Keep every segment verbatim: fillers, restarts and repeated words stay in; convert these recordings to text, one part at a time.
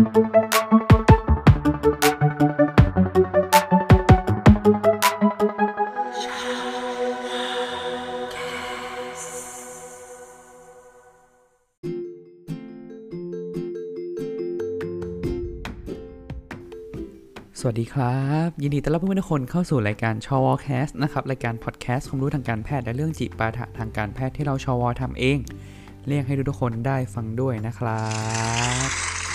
สวัสดีครับยินดีต้อนรับเพื่อนๆทุกคนเข้าสู่รายการชวแคสนะครับรายการพอดแคสต์ความรู้ทางการแพทย์และเรื่องจิปาถะทางการแพทย์ที่เราชวทำเองเรียกให้ทุกคนได้ฟังด้วยนะครับ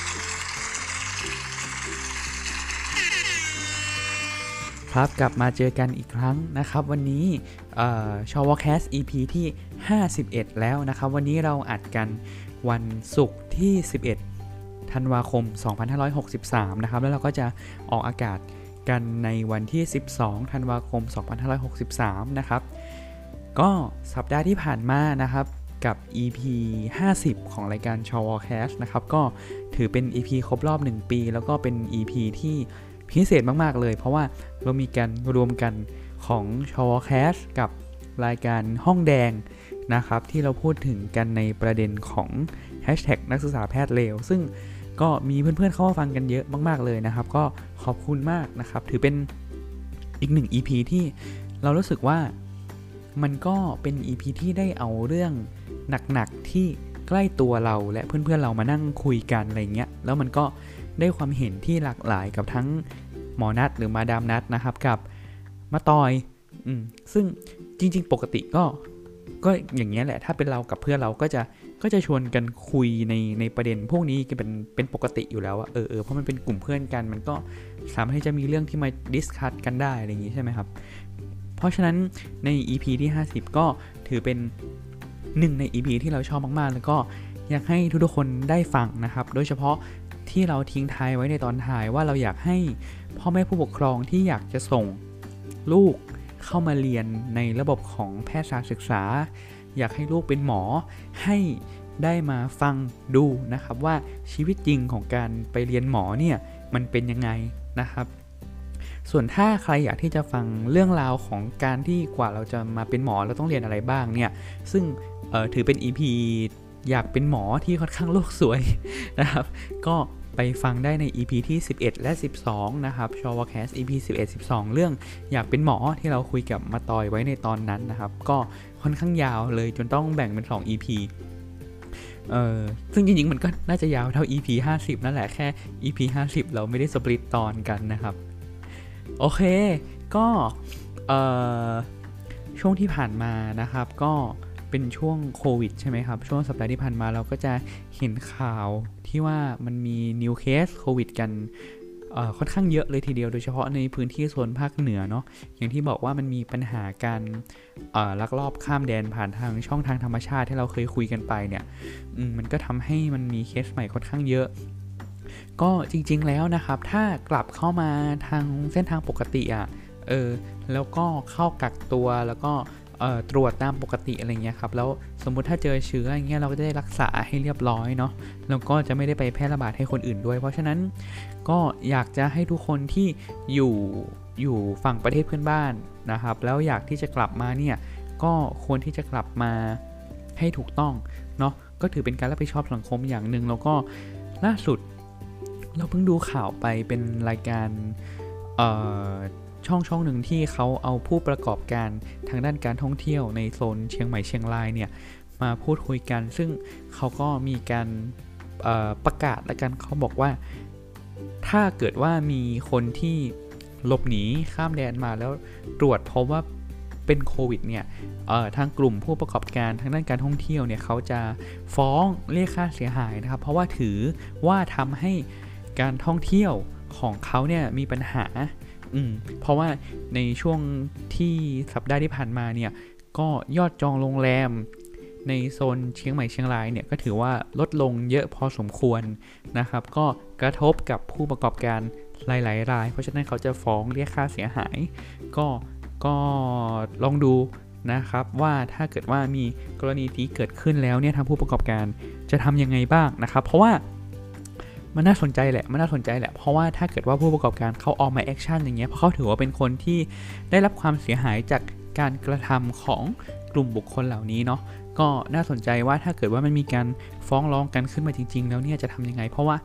ครับกลับมาเจอกันอีกครั้งนะครับวันนี้ชวแคส อี พี ที่ห้าสิบเอ็ดแล้วนะครับวันนี้เราอัดกันวันศุกร์ที่สิบเอ็ดธันวาคมสองพันห้าร้อยหกสิบสามนะครับแล้วเราก็จะออกอากาศกันในวันที่สิบสองธันวาคมสองพันห้าร้อยหกสิบสามนะครับก็สัปดาห์ที่ผ่านมานะครับกับ อี พี ห้าสิบของรายการ ชวแคสนะครับก็ถือเป็น อี พี ครบรอบหนึ่งปีแล้วก็เป็น อี พี ที่พิเศษมากๆเลยเพราะว่าเรามีการรวมกันของ ชวแคสกับรายการห้องแดงนะครับที่เราพูดถึงกันในประเด็นของแฮชแท็กนักศึกษาแพทย์เลวซึ่งก็มีเพื่อนๆเข้ามาฟังกันเยอะมากๆเลยนะครับก็ขอบคุณมากนะครับถือเป็นอีกหนึ่ง อี พี ที่เรารู้สึกว่ามันก็เป็น อี พี ที่ได้เอาเรื่องหนักๆที่ใกล้ตัวเราและเพื่อนๆเรามานั่งคุยกันอะไรเงี้ยแล้วมันก็ได้ความเห็นที่หลากหลายกับทั้งหมอนัทหรือมาดามนัทนะครับกับมาตอยอืมซึ่งจริงๆปกติก็ก็อย่างเงี้ยแหละถ้าเป็นเรากับเพื่อนเราก็จะก็จะชวนกันคุยในในประเด็นพวกนี้ก็เป็นเป็นปกติอยู่แล้วอะเออเออเพราะมันเป็นกลุ่มเพื่อนกันมันก็สามารถที่จะมีเรื่องที่มาดิสคัสกันได้อะไรอย่างงี้ใช่ไหมครับเพราะฉะนั้นใน อี พี ที่ห้าสิบก็ถือเป็นหนึ่งใน อี พี ที่เราชอบมากๆแล้วก็อยากให้ทุกๆคนได้ฟังนะครับโดยเฉพาะที่เราทิ้งท้ายไว้ในตอนท้ายว่าเราอยากให้พ่อแม่ผู้ปกครองที่อยากจะส่งลูกเข้ามาเรียนในระบบของแพทยศึกษาอยากให้ลูกเป็นหมอให้ได้มาฟังดูนะครับว่าชีวิตจริงของการไปเรียนหมอเนี่ยมันเป็นยังไงนะครับส่วนถ้าใครอยากที่จะฟังเรื่องราวของการที่กว่าเราจะมาเป็นหมอเราต้องเรียนอะไรบ้างเนี่ยซึ่งถือเป็น อี พี อยากเป็นหมอที่ค่อนข้างโลกสวยนะครับก็ไปฟังได้ใน อี พี ที่สิบเอ็ดและสิบสองนะครับชวแคส อี พี สิบเอ็ด สิบสองเรื่องอยากเป็นหมอที่เราคุยกับมาตอยไว้ในตอนนั้นนะครับก็ค่อนข้างยาวเลยจนต้องแบ่งเป็นสอง อี พี เอ่อซึ่งจริงๆมันก็น่าจะยาวเท่า อี พี ห้าสิบนั่นแหละแค่ อี พี ห้าสิบเราไม่ได้สปลิตตอนกันนะครับโอเคก็เอ่อช่วงที่ผ่านมานะครับก็เป็นช่วงโควิดใช่ไหมครับช่วงสัปดาห์ที่ผ่านมาเราก็จะเห็นข่าวที่ว่ามันมีนิวเคสโควิดกันค่อนข้างเยอะเลยทีเดียวโดยเฉพาะในพื้นที่โซนภาคเหนือเนาะอย่างที่บอกว่ามันมีปัญหาการลักลอบข้ามแดนผ่านทางช่องทางธรรมชาติที่เราเคยคุยกันไปเนี่ยมันก็ทำให้มันมีเคสใหม่ค่อนข้างเยอะก็จริงๆแล้วนะครับถ้ากลับเข้ามาทางเส้นทางปกติอ่ะเออแล้วก็เข้ากักตัวแล้วก็ตรวจตามปกติอะไรเงี้ยครับแล้วสมมุติถ้าเจอเชื้ออย่างเงี้ยเราก็จะได้รักษาให้เรียบร้อยเนาะแล้วก็จะไม่ได้ไปแพร่ระบาดให้คนอื่นด้วยเพราะฉะนั้นก็อยากจะให้ทุกคนที่อยู่อยู่ฝั่งประเทศเพื่อนบ้านนะครับแล้วอยากที่จะกลับมาเนี่ยก็ควรที่จะกลับมาให้ถูกต้องเนาะก็ถือเป็นการรับผิดชอบสังคมอย่างหนึ่งแล้วก็ล่าสุดเราเพิ่งดูข่าวไปเป็นรายการเอ่อช่องช่องหนึ่งที่เขาเอาผู้ประกอบการทางด้านการท่องเที่ยวในโซนเชียงใหม่เชียงรายเนี่ยมาพูดคุยกันซึ่งเขาก็มีการประกาศและกันเขาบอกว่าถ้าเกิดว่ามีคนที่หลบหนีข้ามแดนมาแล้วตรวจพบว่าเป็นโควิดเนี่ยทางกลุ่มผู้ประกอบการทางด้านการท่องเที่ยวเนี่ยเขาจะฟ้องเรียกค่าเสียหายนะครับเพราะว่าถือว่าทำให้การท่องเที่ยวของเขาเนี่ยมีปัญหาอืมเพราะว่าในช่วงที่สัปดาห์ที่ผ่านมาเนี่ยก็ยอดจองโรงแรมในโซนเชียงใหม่เชียงรายเนี่ยก็ถือว่าลดลงเยอะพอสมควรนะครับก็กระทบกับผู้ประกอบการหลายๆรายเพราะฉะนั้นเขาจะฟ้องเรียกค่าเสียหายก็ก็ลองดูนะครับว่าถ้าเกิดว่ามีกรณีที่เกิดขึ้นแล้วเนี่ยทางผู้ประกอบการจะทำยังไงบ้างนะครับเพราะว่ามันน่าสนใจแหละมันน่าสนใจแหละเพราะว่าถ้าเกิดว่าผู้ประกอบการเขาออกมาแอคชั่นอย่างเงี้ยเพราะเขาถือว่าเป็นคนที่ได้รับความเสียหายจากการกระทำของกลุ่มบุคคลเหล่านี้เนาะก็น่าสนใจว่าถ้าเกิดว่ามันมีการฟ้องร้องกันขึ้นมาจริงๆแล้วเนี่ยจะทำยังไงเพราะว่า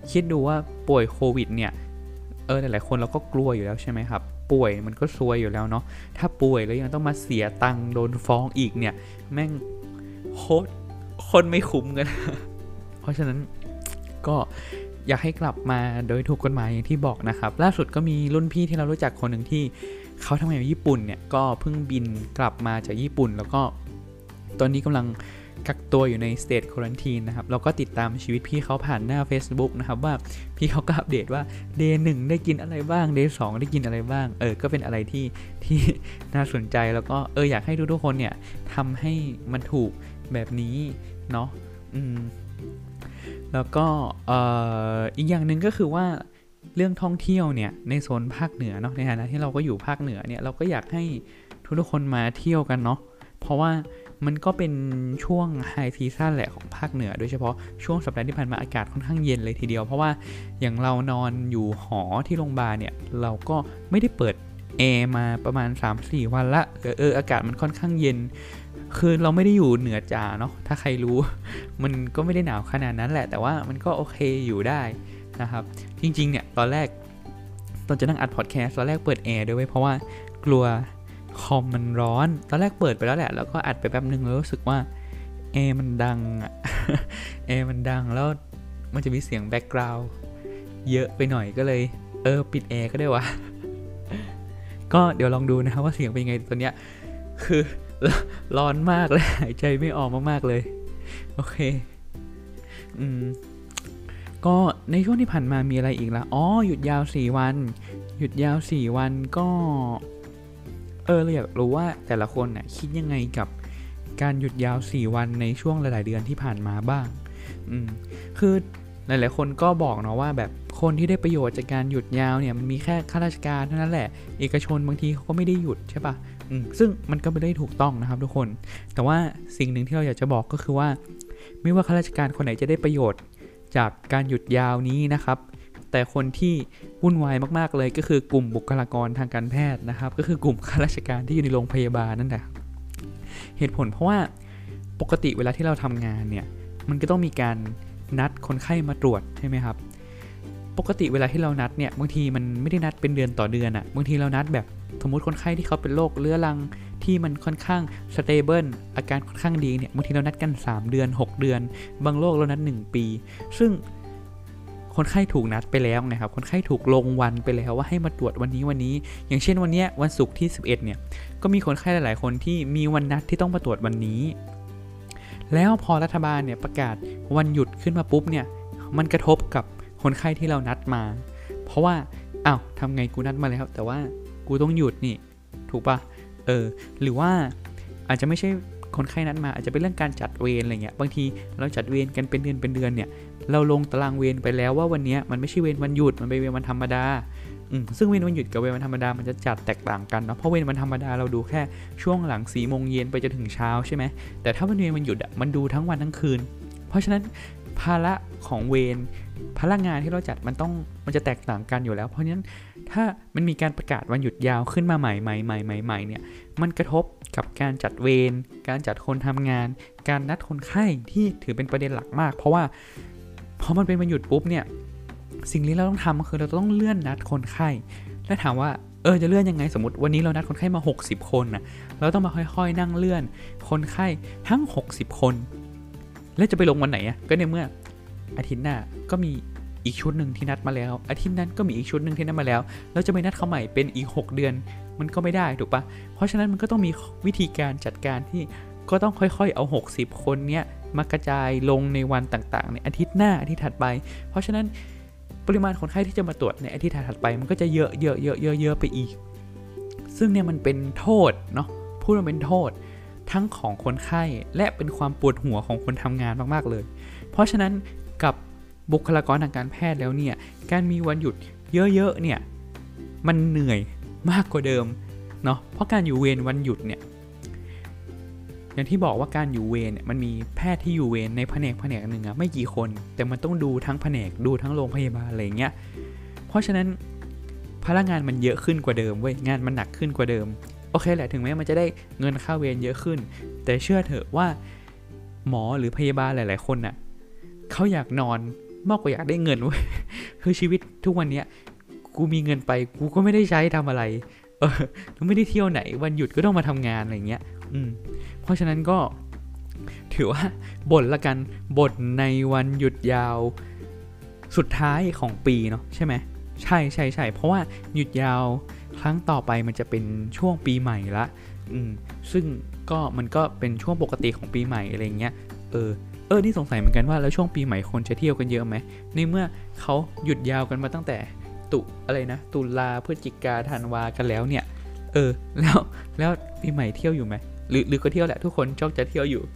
คิดดูว่าป่วยโควิดเนี่ยเออหลายๆคนเราก็กลัวอยู่แล้วใช่ไหมครับป่วยมันก็ซวยอยู่แล้วเนาะถ้าป่วยแล้วยังต้องมาเสียตังค์โดนฟ้องอีกเนี่ยแม่งโคตรคนไม่คุ้มกัน เพราะฉะนั้นก็อยากให้กลับมาโดยถูกกฎหมายอย่างที่บอกนะครับล่าสุดก็มีรุ่นพี่ที่เรารู้จักคนหนึ่งที่เขาทำงานอยู่ญี่ปุ่นเนี่ยก็เพิ่งบินกลับมาจากญี่ปุ่นแล้วก็ตอนนี้กำลังกักตัวอยู่ใน state quarantine นะครับเราก็ติดตามชีวิตพี่เขาผ่านหน้า Facebook นะครับว่าพี่เขาก็อัปเดตว่า day หนึ่งได้กินอะไรบ้าง day สองได้กินอะไรบ้างเออก็เป็นอะไรที่ที่น่าสนใจแล้วก็เอออยากให้ทุกๆคนเนี่ยทำให้มันถูกแบบนี้เนาะอืมแล้วก็เอ่ออีกอย่างหนึ่งก็คือว่าเรื่องท่องเที่ยวเนี่ยในโซนภาคเหนือเนาะในฐานะที่เราก็อยู่ภาคเหนือเนี่ยเราก็อยากให้ทุกๆคนมาเที่ยวกันเนาะเพราะว่ามันก็เป็นช่วงไฮซีซั่นแหละของภาคเหนือโดยเฉพาะช่วงสัปดาห์ที่ผ่านมาอากาศค่อนข้างเย็นเลยทีเดียวเพราะว่าอย่างเรานอนอยู่หอที่โรงพยาบาลเนี่ยเราก็ไม่ได้เปิดแอร์มาประมาณ สามถึงสี่ วันละเออเอออากาศมันค่อนข้างเย็นคือเราไม่ได้อยู่เหนือจ๋าเนาะถ้าใครรู้ มันก็ไม่ได้หนาวขนาดนั้นแหละแต่ว่ามันก็โอเคอยู่ได้นะครับจริงๆเนี่ยตอนแรกตอนจะนั่งอัดพอดแคสต์ตอนแรกเปิดแอร์ด้วยเพราะว่ากลัวคอมมันร้อนตอนแรกเปิดไปแล้วแหละแล้วก็อัดไปแป๊บนึงแล้วรู้สึกว่าแอร์มันดังอะ แอร์มันดังแล้วมันจะมีเสียงแบ็กกราวด์เยอะไปหน่อยก็เลยเออปิดแอร์ก็ได้วะ ก็เดี๋ยวลองดูนะครับว่าเสียงเป็นยังไงตอนเนี้ยคือร้อนมากเลยหายใจไม่ออกมากๆเลยโอเคอืมก็ในช่วงที่ผ่านมามีอะไรอีกล่ะอ๋อหยุดยาวสี่วันหยุดยาวสี่วันก็เออเราอยากรู้ว่าแต่ละคนน่ะคิดยังไงกับการหยุดยาวสี่วันในช่วงหลายๆเดือนที่ผ่านมาบ้างอืมคือหลายๆคนก็บอกเนาะว่าแบบคนที่ได้ประโยชน์จากการหยุดยาวเนี่ยมันมีแค่ข้าราชการเท่านั้นแหละเอกชนบางทีเขาก็ไม่ได้หยุดใช่ปะซึ่งมันก็ไม่ได้ถูกต้องนะครับทุกคนแต่ว่าสิ่งหนึ่งที่เราอยากจะบอกก็คือว่าไม่ว่าข้าราชการคนไหนจะได้ประโยชน์จากการหยุดยาวนี้นะครับแต่คนที่วุ่นวายมากๆเลยก็คือกลุ่มบุคลากรทางการแพทย์นะครับก็คือกลุ่มข้าราชการที่อยู่ในโรงพยาบาลนั่นแหละเหตุผลเพราะว่าปกติเวลาที่เราทำงานเนี่ยมันก็ต้องมีการนัดคนไข้มาตรวจใช่ไหมครับปกติเวลาที่เรานัดเนี่ยบางทีมันไม่ได้นัดเป็นเดือนต่อเดือนอะบางทีเรานัดแบบสมมติคนไข้ที่เขาเป็นโรคเรื้อรังที่มันค่อนข้างสเตเบิลอาการค่อนข้างดีเนี่ยบางทีเรานัดกันสามเดือนหกเดือนบางโรคเรานัดหนึ่งปีซึ่งคนไข้ถูกนัดไปแล้วนะครับคนไข้ถูกลงวันไปแล้วว่าให้มาตรวจวันนี้วันนี้อย่างเช่นวันนี้วันศุกร์ที่สิบเอ็ดเนี่ยก็มีคนไข้หลายๆคนที่มีวันนัดที่ต้องมาตรวจวันนี้แล้วพอรัฐบาลเนี่ยประกาศวันหยุดขึ้นมาปุ๊บเนี่ยมันกระทบกับคนไข้ที่เรานัดมาเพราะว่าอ้าวทำไงกูนัดมาแล้วแต่ว่ากูต้องหยุดนี่ถูกปะเออหรือว่าอาจจะไม่ใช่คนไข้นัดมาอาจจะเป็นเรื่องการจัดเวรอะไรเงี้ยบางทีเราจัดเวรกันเป็นเดือนเป็นเดือนเนี่ยเราลงตารางเวรไปแล้วว่าวันนี้มันไม่ใช่เวรวันหยุดมันเป็นเวรวันธรรมดาอืมซึ่งเวรวันหยุดกับเวรวันธรรมดามันจะจัดแตกต่างกันเนาะเพราะเวรวันธรรมดาเราดูแค่ช่วงหลังสี่โมงเย็นไปจนถึงเช้าใช่ไหมแต่ถ้าเป็นเวรวันหยุดอ่ะมันดูทั้งวันทั้งคืนเพราะฉะนั้นภาระของเวรพลังงานที่เราจัดมันต้องมันจะแตกต่างกันอยู่แล้วเพราะฉะนั้นถ้ามันมีการประกาศวันหยุดยาวขึ้นมาใหม่ใหม่ใหม่ใหม่ใหม่เนี่ยมันกระทบกับการจัดเวรการจัดคนทำงานการนัดคนไข้ที่ถือเป็นประเด็นหลักมากเพราะว่าพอมันเป็นวันหยุดปุ๊บเนี่ยสิ่งที่เราต้องทำก็คือเราต้องเลื่อนนัดคนไข้และถามว่าเออจะเลื่อนยังไงสมมติวันนี้เรานัดคนไข้มาหกสิบคนนะเราต้องมาค่อยๆนั่งเลื่อนคนไข้ทั้งหกสิบคนแล้วจะไปลงวันไหนอ่ะก็ในเมื่ออาทิตย์หน้าก็มีอีกชุดหนึ่งที่นัดมาแล้วอาทิตย์นั้นก็มีอีกชุดหนึ่งที่นัดมาแล้วแล้วจะไปนัดเขาใหม่เป็นอีกหกเดือนมันก็ไม่ได้ถูกปะเพราะฉะนั้นมันก็ต้องมีวิธีการจัดการที่ก็ต้องค่อยๆเอาหกสิบคนเนี้ยมากระจายลงในวันต่างๆในอาทิตย์หน้าอาทิตย์ถัดไปเพราะฉะนั้นปริมาณคนไข้ที่จะมาตรวจในอาทิตย์ถัดไปมันก็จะเยอะเยอะเยอะเยอะเยอะไปอีกซึ่งเนี่ยมันเป็นโทษเนาะพูดว่าเป็นโทษทั้งของคนไข้และเป็นความปวดหัวของคนทำงานมากๆเลยเพราะฉะนั้นกับบุคลากรทางการแพทย์แล้วเนี่ยการมีวันหยุดเยอะๆเนี่ยมันเหนื่อยมากกว่าเดิมเนาะเพราะการอยู่เวรวันหยุดเนี่ยอย่างที่บอกว่าการอยู่เวรเนี่ยมันมีแพทย์ที่อยู่เวรในแผนกแผนกหนึ่งอะไม่กี่คนแต่มันต้องดูทั้งแผนกดูทั้งโรงพยาบาลอะไรเงี้ยเพราะฉะนั้นพลังงานมันเยอะขึ้นกว่าเดิมเว้ยงานมันหนักขึ้นกว่าเดิมโอเคแหละถึงแม้มันจะได้เงินค่าเวรเยอะขึ้นแต่เชื่อเถอะว่าหมอหรือพยาบาลหลายๆคนน่ะเขาอยากนอนมากกว่าอยากได้เงินเว้ย คือชีวิตทุกวันเนี้ยกูมีเงินไปกูก็ไม่ได้ใช้ทำอะไรเออไม่ได้เที่ยวไหนวันหยุดก็ต้องมาทำงานอะไรเงี้ยอืมเพราะฉะนั้นก็ถือว่าบ่นละกันบ่นในวันหยุดยาวสุดท้ายของปีเนาะใช่ไหมใช่ใช่ใช่เพราะว่าหยุดยาวครั้งต่อไปมันจะเป็นช่วงปีใหม่ละอืมซึ่งก็มันก็เป็นช่วงปกติของปีใหม่อะไรเงี้ยเออเออนี่สงสัยเหมือนกันว่าแล้วช่วงปีใหม่คนจะเที่ยวกันเยอะไหมในเมื่อเขาหยุดยาวกันมาตั้งแต่ตุอะไรนะตุลาพฤศจิกาธันวากันแล้วเนี่ยเออแล้วแล้วปีใหม่เที่ยวอยู่ไหมหรือหรือก็เที่ยวแหละทุกคนชอบจะเที่ยวอยู่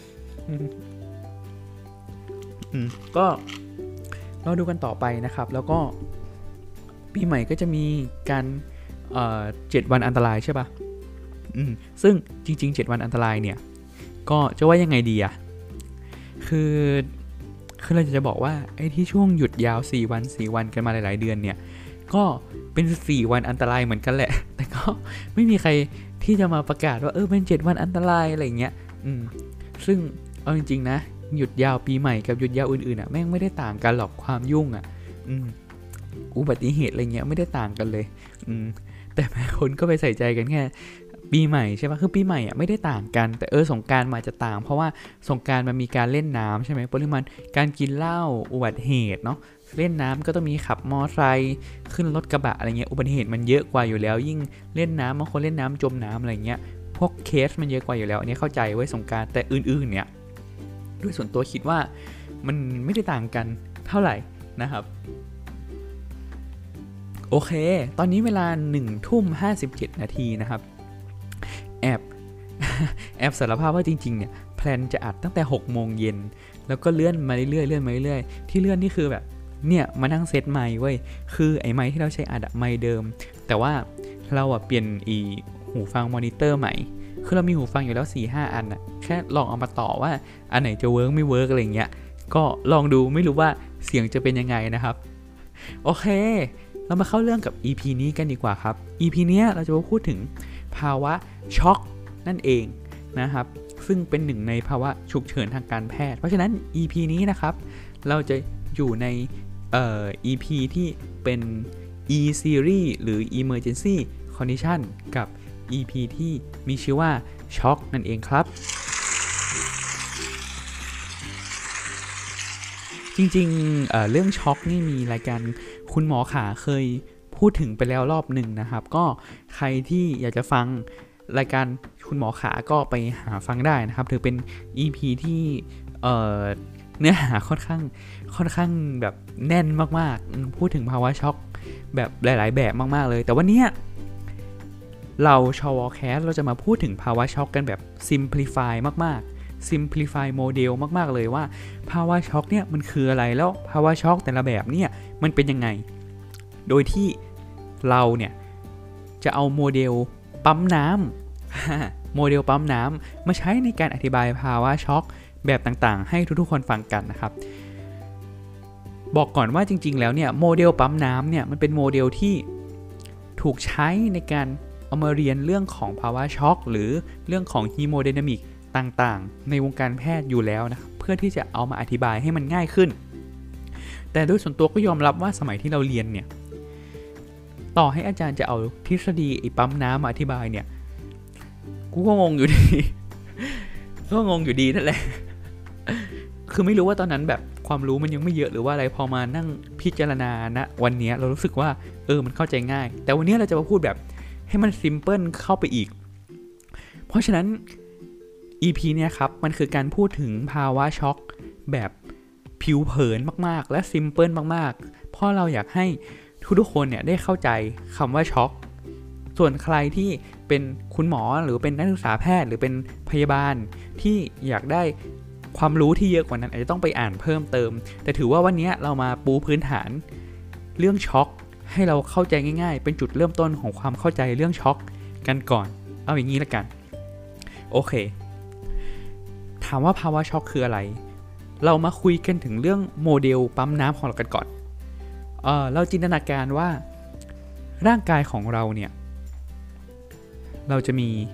อืมก็เราดูกันต่อไปนะครับแล้วก็ปีใหม่ก็จะมีการเอ่อเจ็ดวันอันตรายใช่ป่ะอืมซึ่งจริงๆเจ็ดวันอันตรายเนี่ยก็จะว่ายังไงดีอะคือคือเราจะบอกว่าไอ้ที่ช่วงหยุดยาวสี่วันสี่วันกันมาหลายๆเดือนเนี่ยก็เป็นสี่วันอันตรายเหมือนกันแหละแต่ก็ไม่มีใครที่จะมาประกาศว่าเออเป็นเจ็ดวันอันตรายอะไรเงี้ยอืมซึ่งเอาจริงๆนะหยุดยาวปีใหม่กับหยุดยาวอื่นๆอ่ะแม่งไม่ได้ต่างกันหรอกความยุ่งอ่ะอืมอุบัติเหตุอะไรเงี้ยไม่ได้ต่างกันเลยอืมแต่บางคนก็ไปใส่ใจกันแค่ปีใหม่ใช่ปะคือปีใหม่อ่ะไม่ได้ต่างกันแต่เออสงกรานต์มาจะต่างเพราะว่าสงกรานต์มันมีการเล่นน้ำใช่ไหมปริมาณการกินเหล้าอุบัติเหตุเนาะเล่นน้ำก็ต้องมีขับมอไซค์ขึ้นรถกระบะอะไรเงี้ยอุบัติเหตุมันเยอะกว่าอยู่แล้วยิ่งเล่นน้ำบางคนเล่นน้ำจมน้ำอะไรเงี้ยพวกเคสมันเยอะกว่าอยู่แล้วอันนี้เข้าใจไว้สงกรานต์แต่อื่นๆเนี่ยด้วยส่วนตัวคิดว่ามันไม่ได้ต่างกันเท่าไหร่นะครับโอเคตอนนี้เวลาหนึ่งทุ่มห้าสิบเจ็ดนาทีนะครับแอบแอบสารภาพว่าจริงๆเนี่ยแพลนจะอัดตั้งแต่หกโมงเย็นแล้วก็เลื่อนมาเรื่อยๆเลื่อนมาเรื่อยๆที่เลื่อนนี่คือแบบเนี่ยมานั่งเซตไมค์เว้ยคือไอ้ไมค์ที่เราใช้อัดอะไมค์เดิมแต่ว่าเราอะเปลี่ยนอีหูฟังมอนิเตอร์ใหม่คือเรามีหูฟังอยู่แล้ว สี่ห้า อันอะแค่ลองเอามาต่อว่าอันไหนจะเวิร์กไม่เวิร์กอะไรเงี้ยก็ลองดูไม่รู้ว่าเสียงจะเป็นยังไงนะครับโอเคเรามาเข้าเรื่องกับ อี พี นี้กันดีกว่าครับ อี พี เนี้ยเราจะมาพูดถึงภาวะช็อกนั่นเองนะครับซึ่งเป็นหนึ่งในภาวะฉุกเฉินทางการแพทย์เพราะฉะนั้น อี พี นี้นะครับเราจะอยู่ในเอ่อ อี พี ที่เป็น E series หรือ emergency condition กับ อี พี ที่มีชื่อว่าช็อกนั่นเองครับจริงๆ เอ่อ เรื่องช็อกนี่มีรายการคุณหมอขาเคยพูดถึงไปแล้วรอบหนึ่งนะครับก็ใครที่อยากจะฟังรายการคุณหมอขาก็ไปหาฟังได้นะครับถือเป็น อี พี ที่เอ่อเนื้อหาค่อนข้างค่อนข้างแบบแน่นมากๆพูดถึงภาวะช็อกแบบหลายๆแบบมากๆเลยแต่วันนี้เราชวแคสเราจะมาพูดถึงภาวะช็อกกันแบบ simplify มากๆ simplify โมเดลมากๆเลยว่าภาวะช็อกเนี่ยมันคืออะไรแล้วภาวะช็อกแต่ละแบบเนี่ยมันเป็นยังไงโดยที่เราเนี่ยจะเอาโมเดลปั๊มน้ำ โมเดลปั๊มน้ำมาใช้ในการอธิบายภาวะช็อกแบบต่างๆให้ทุกๆคนฟังกันนะครับบอกก่อนว่าจริงๆแล้วเนี่ยโมเดลปั๊มน้ำเนี่ยมันเป็นโมเดลที่ถูกใช้ในการเอามาเรียนเรื่องของภาวะช็อกหรือเรื่องของฮีโมไดนามิกต่างๆในวงการแพทย์อยู่แล้วนะเพื่อที่จะเอามาอธิบายให้มันง่ายขึ้นแต่โดยส่วนตัวก็ยอมรับว่าสมัยที่เราเรียนเนี่ยต่อให้อาจารย์จะเอาทฤษฎีไอ้ปั๊มน้ำมาอธิบายเนี่ยกูก็งงอยู่ดีก็งงอยู่ดีนั่นแหละคือไม่รู้ว่าตอนนั้นแบบความรู้มันยังไม่เยอะหรือว่าอะไรพอมานั่งพิจารณาณวันนี้เรารู้สึกว่าเออมันเข้าใจง่ายแต่วันนี้เราจะมาพูดแบบให้มันซิมเพิลเข้าไปอีกเพราะฉะนั้น อี พี เนี่ยครับมันคือการพูดถึงภาวะช็อกแบบผิวเผินมากๆและซิมเพิลมากๆเพราะเราอยากให้ทุกๆคนเนี่ยได้เข้าใจคำว่าช็อกส่วนใครที่เป็นคุณหมอหรือเป็นนักศึกษาแพทย์หรือเป็นพยาบาลที่อยากได้ความรู้ที่เยอะกว่านั้นอาจจะต้องไปอ่านเพิ่มเติมแต่ถือว่าวันนี้เรามาปูพื้นฐานเรื่องช็อกให้เราเข้าใจง่ายๆเป็นจุดเริ่มต้นของความเข้าใจเรื่องช็อกกันก่อนเอาอย่างนี้ละกันโอเคถามว่าภาวะช็อกคืออะไรเรามาคุยกันถึงเรื่องโมเดลปั๊มน้ำของเรากันก่อนเอ่อเราจินตนาการว่าร่างกายของเราเนี่ยเราจะมี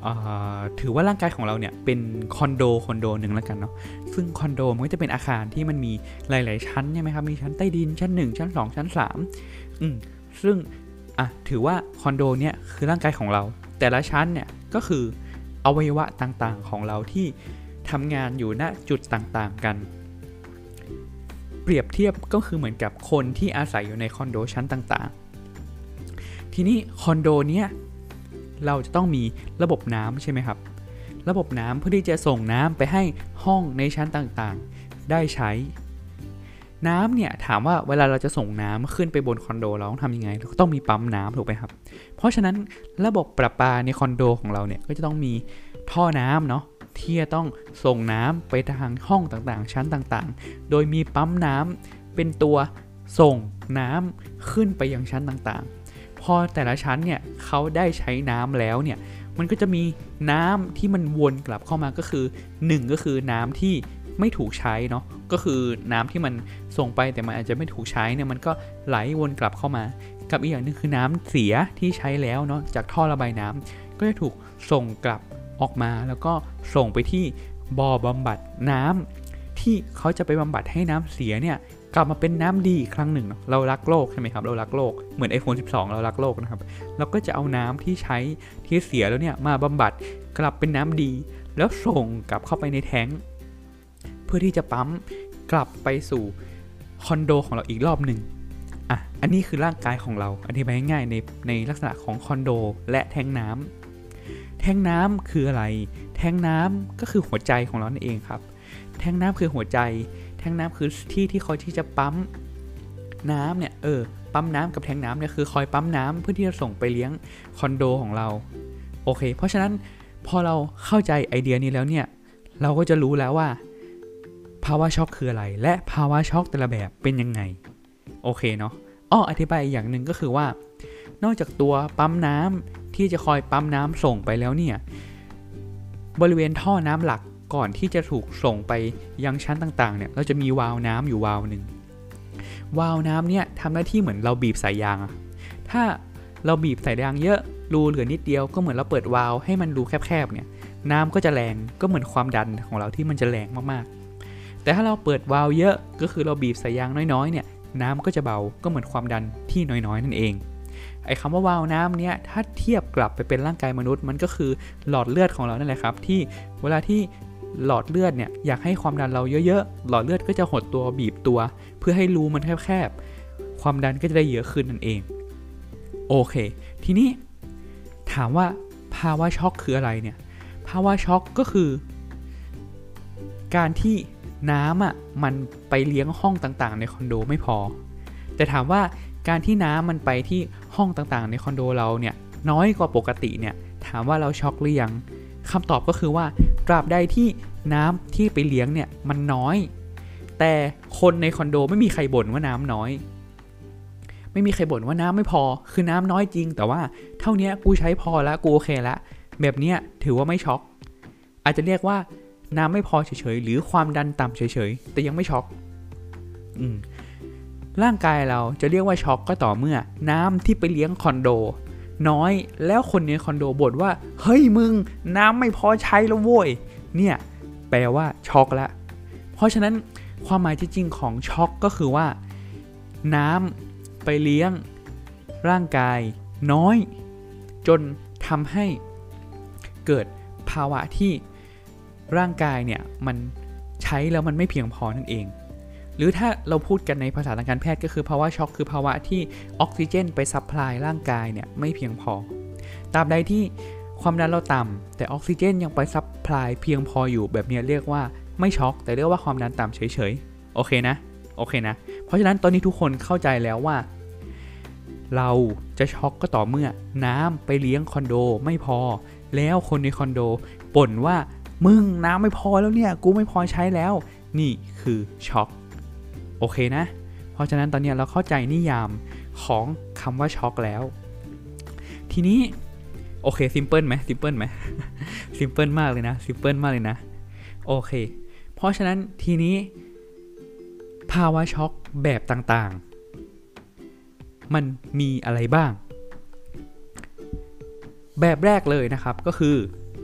ถือว่าร่างกายของเราเนี่ยเป็นคอนโดคอนโดหนึ่งแล้วกันเนาะซึ่งคอนโดมันก็จะเป็นอาคารที่มันมีหลายๆชั้นใช่ไหมครับมีชั้นใต้ดินชั้นหนึ่งชั้นสองชั้นสามอืมซึ่งอ่ะถือว่าคอนโดเนี่ยคือร่างกายของเราแต่ละชั้นเนี่ยก็คืออวัยวะต่างๆของเราที่ทำงานอยู่ณจุดต่างๆกันเปรียบเทียบก็คือเหมือนกับคนที่อาศัยอยู่ในคอนโดชั้นต่างๆทีนี้คอนโดเนี้ยเราจะต้องมีระบบน้ำใช่ไหมครับระบบน้ำเพื่อที่จะส่งน้ำไปให้ห้องในชั้นต่างๆได้ใช้น้ำเนี่ยถามว่าเวลาเราจะส่งน้ำขึ้นไปบนคอนโดเราต้องทำยังไงเราก็ต้องมีปั๊มน้ำถูกไหมครับเพราะฉะนั้นระบบประปาในคอนโดของเราเนี่ยก็จะต้องมีท่อน้ำเนาะที่จะต้องส่งน้ำไปทางห้องต่างๆชั้นต่างๆโดยมีปั๊มน้ำเป็นตัวส่งน้ำขึ้นไปยังชั้นต่างๆพอแต่ละชั้นเนี่ยเขาได้ใช้น้ำแล้วเนี่ยมันก็จะมีน้ำที่มันวนกลับเข้ามาก็คือหนึ่งก็คือน้ำที่ไม่ถูกใช้เนาะก็คือน้ำที่มันส่งไปแต่มันอาจจะไม่ถูกใช้เนี่ยมันก็ไหลวนกลับเข้ามากับอีกอย่างนึงคือน้ำเสียที่ใช้แล้วเนาะจากท่อระบายน้ำก็จะถูกส่งกลับออกมาแล้วก็ส่งไปที่บ่อบำบัดน้ำที่เขาจะไปบำบัดให้น้ำเสียเนี่ยกลับมาเป็นน้ำดีอีกครั้งหนึ่งเนาะเรารักโลกใช่ไหมครับเรารักโลกเหมือน ไอโฟน สิบสองเรารักโลกนะครับเราก็จะเอาน้ำที่ใช้ที่เสียแล้วเนี่ยมาบำบัดกลับเป็นน้ำดีแล้วส่งกลับเข้าไปในแท้งเพื่อที่จะปั๊มกลับไปสู่คอนโดของเราอีกรอบหนึ่งอ่ะอันนี้คือร่างกายของเราอธิบายง่ายๆในในลักษณะของคอนโดและแท้งน้ำแท้งน้ำคืออะไรแท้งน้ำก็คือหัวใจของเรานั่นเองครับแท้งน้ำคือหัวใจแท้งน้ำคือที่ที่คอยที่จะปั๊มน้ำเนี่ยเออปั๊มน้ำกับแท้งน้ำเนี่ยคือคอยปั๊มน้ำเพื่อที่จะส่งไปเลี้ยงคอนโดของเราโอเคเพราะฉะนั้นพอเราเข้าใจไอเดียนี้แล้วเนี่ยเราก็จะรู้แล้วว่าภาวะช็อกคืออะไรและภาวะช็อกแต่ละแบบเป็นยังไงโอเคเนาะอ้ออธิบายอีกอย่างหนึ่งก็คือว่านอกจากตัวปั๊มน้ำที่จะคอยปั๊มน้ำส่งไปแล้วเนี่ยบริเวณท่อน้ำหลักก่อนที่จะถูกส่งไปยังชั้นต่างๆเนี่ยเราจะมีวาล์วน้ำอยู่วาล์วหนึ่งวาล์วน้ำเนี่ยทำหน้าที่เหมือนเราบีบสายยางอะถ้าเราบีบสายยางเยอะรูเหลือนิดเดียวก็เหมือนเราเปิดวาล์วให้มันรูแคบๆเนี่ยน้ำก็จะแรงก็เหมือนความดันของเราที่มันจะแรงมากๆแต่ถ้าเราเปิดวาล์วเยอะก็คือเราบีบสายยางน้อยๆเนี่ยน้ำก็จะเบาก็เหมือนความดันที่น้อยๆนั่นเองไอ้คำว่าวาล์วน้ำเนี่ยถ้าเทียบกลับไปเป็นร่างกายมนุษย์มันก็คือหลอดเลือดของเรานั่นแหละครับที่เวลาที่หลอดเลือดเนี่ยอยากให้ความดันเราเยอะๆหลอดเลือดก็จะหดตัวบีบตัวเพื่อให้รูมันแคบๆความดันก็จะได้เยอะขึ้นนั่นเองโอเคทีนี้ถามว่าภาวะช็อกคืออะไรเนี่ยภาวะช็อกก็คือการที่น้ำอ่ะมันไปเลี้ยงห้องต่างๆในคอนโดไม่พอแต่ถามว่าการที่น้ำมันไปที่ห้องต่างๆในคอนโดเราเนี่ยน้อยกว่าปกติเนี่ยถามว่าเราช็อกหรือยังคำตอบก็คือว่าตราบใดที่น้ำที่ไปเลี้ยงเนี่ยมันน้อยแต่คนในคอนโดไม่มีใครบ่นว่าน้ำน้อยไม่มีใครบ่นว่าน้ำไม่พอคือน้ำน้อยจริงแต่ว่าเท่านี้กูใช้พอแล้วกูโอเคแล้วแบบนี้ถือว่าไม่ช็อกอาจจะเรียกว่าน้ำไม่พอเฉยๆหรือความดันต่ำเฉยๆแต่ยังไม่ช็อกอืมร่างกายเราจะเรียกว่าช็อกก็ต่อเมื่อน้ำที่ไปเลี้ยงคอนโดน้อยแล้วคนในคอนโดบ่นว่าเฮ้ยมึงน้ำไม่พอใช้แล้วโว้ยเนี่ยแปลว่าช็อกละเพราะฉะนั้นความหมายจริงๆของช็อกก็คือว่าน้ำไปเลี้ยงร่างกายน้อยจนทำให้เกิดภาวะที่ร่างกายเนี่ยมันใช้แล้วมันไม่เพียงพอนั่นเองหรือถ้าเราพูดกันในภาษาทางการแพทย์ก็คือภาวะช็อกคือภาวะที่ออกซิเจนไปซัพพลายร่างกายเนี่ยไม่เพียงพอตราบใดที่ความดันเราต่ำแต่ออกซิเจนยังไปซัพพลายเพียงพออยู่แบบนี้เรียกว่าไม่ช็อกแต่เรียกว่าความดันต่ำเฉยๆโอเคนะโอเคนะเพราะฉะนั้นตอนนี้ทุกคนเข้าใจแล้วว่าเราจะช็อกก็ต่อเมื่อน้ำไปเลี้ยงคอนโดไม่พอแล้วคนในคอนโดบ่นว่ามึงน้ำไม่พอแล้วเนี่ยกูไม่พอใช้แล้วนี่คือช็อกโอเคนะเพราะฉะนั้นตอนนี้เราเข้าใจนิยามของคำว่าช็อกแล้วทีนี้โอเคซิมเพิลไหมซิมเพิลไหมซิมเพิลมากเลยนะซิมเพิลมากเลยนะโอเคเพราะฉะนั้นทีนี้ภาวะช็อกแบบต่างๆมันมีอะไรบ้างแบบแรกเลยนะครับก็คือ